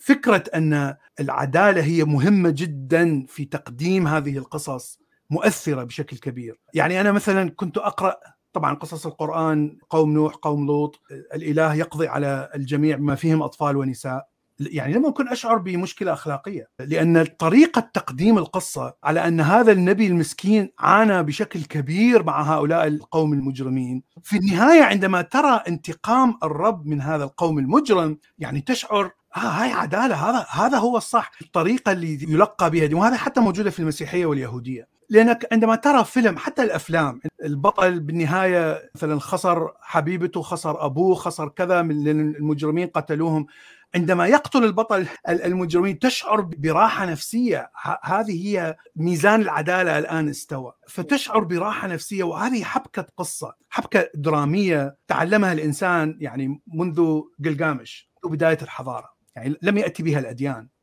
فكرة أن العدالة هي مهمة جدا في تقديم هذه القصص مؤثرة بشكل كبير. يعني أنا مثلا كنت أقرأ طبعا قصص القرآن، قوم نوح، قوم لوط، الإله يقضي على الجميع بما فيهم أطفال ونساء. يعني لما أكون أشعر بمشكلة أخلاقية، لأن طريقة تقديم القصة على أن هذا النبي المسكين عانى بشكل كبير مع هؤلاء القوم المجرمين، في النهاية عندما ترى انتقام الرب من هذا القوم المجرم يعني تشعر هاي عدالة، هذا هو الصح، الطريقة اللي يلقى بها دي. وهذا حتى موجودة في المسيحية واليهودية. لأنك عندما ترى فيلم، حتى الأفلام، البطل بالنهاية مثلا خسر حبيبته، خسر أبوه، خسر كذا من المجرمين قتلوهم، عندما يقتل البطل المجرمين تشعر براحة نفسية. هذه هي ميزان العدالة الآن استوى، فتشعر براحة نفسية. وهذه حبكة قصة، حبكة درامية تعلمها الإنسان يعني منذ قلقامش، بداية الحضارة. يعني لم يأتي بها الأديان.